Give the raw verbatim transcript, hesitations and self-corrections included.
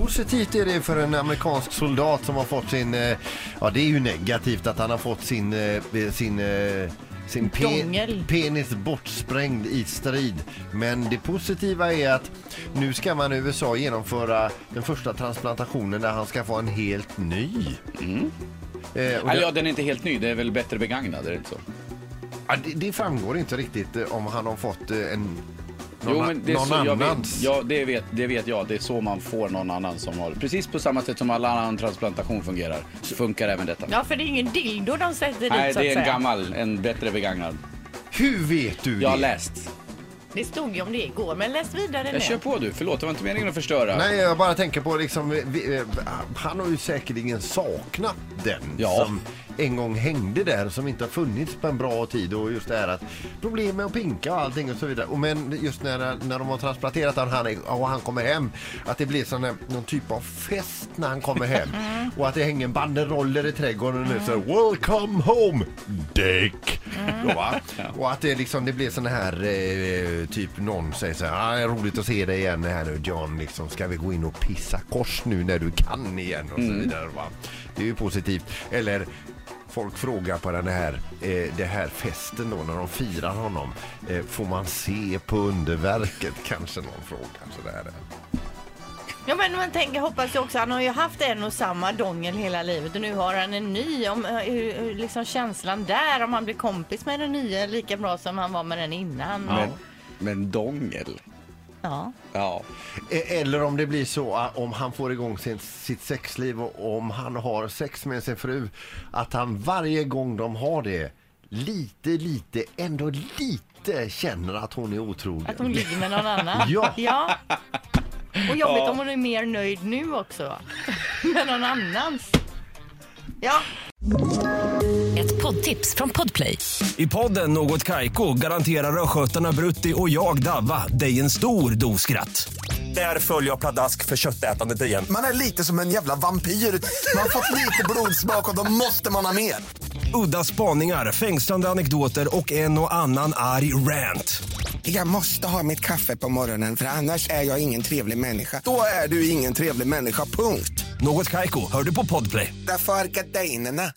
positivt är det för en amerikansk soldat som har fått sin, ja det är ju negativt att han har fått sin, sin, sin pe- penis bortsprängd i strid. Men det positiva är att nu ska man i U S A genomföra den första transplantationen där han ska få en helt ny. Mm. Eh, det... Ja, den är inte helt ny, det är väl bättre begagnad, är det inte så? Ja, det, det framgår inte riktigt om han har fått en... Någon, jo, men det är någon så, jag annans. Vet, ja, det vet, det vet jag. Det är så man får någon annan som har. Precis på samma sätt som alla annan transplantation fungerar. Så funkar även detta. Ja, för det är ingen dildo de sätter dit. Nej, så det är att en säga. gammal, en bättre begagnad. Hur vet du det? Jag har läst. Det stod ju om det igår, men läs vidare nu. Jag kör på du, förlåt, det var inte meningen att förstöra. Nej, jag bara tänker på liksom, vi, han har ju säkerligen saknat den ja. som en gång hängde där, som inte har funnits på en bra tid, och just det här att problem med att pinka och allting och så vidare. Och men just när, när de har transplanterat han, han och han kommer hem, att det blir sån här, någon typ av fest när han kommer hem. Mm. Och att det hänger banderoller i trädgården och nu så welcome home Dick. Mm. Ja, och att det liksom det blir sån här eh, typ någon säger så här, ah, det är roligt att se dig igen här nu John, liksom, ska vi gå in och pissa kors nu när du kan igen och så vidare, va? Det är ju positivt. Eller folk frågar på den här, eh, det här festen då när de firar honom, eh, får man se på underverket, kanske någon fråga sådär. Ja, men man tänker, hoppas jag också, han har ju haft en och samma dongel hela livet och nu har han en ny, om hur, liksom känslan där, om han blir kompis med den nya lika bra som han var med den innan. Men, men dongel? Ja. Ja. Eller om det blir så, om han får igång sin, sitt sexliv och om han har sex med sin fru, att han varje gång de har det lite, lite, ändå lite känner att hon är otrogen. Att hon ligger med någon annan. Ja. Ja. Och jobbigt Ja. om hon är mer nöjd nu också. Med någon annans. Ja. Ett poddtips från Podplay. I podden Något Kaiko garanterar röskötarna Brutti och jag Davva dig en stor doskratt. Där följer jag pladask för köttätandet igen. Man är lite som en jävla vampyr. Man har fått lite blodsmak och då måste man ha mer. Udda spaningar, fängslande anekdoter och en och annan arg rant. Jag måste ha mitt kaffe på morgonen för annars är jag ingen trevlig människa. Då är du ingen trevlig människa, punkt. Något Kaiko, hör du på Podplay. Därför är gardinerna.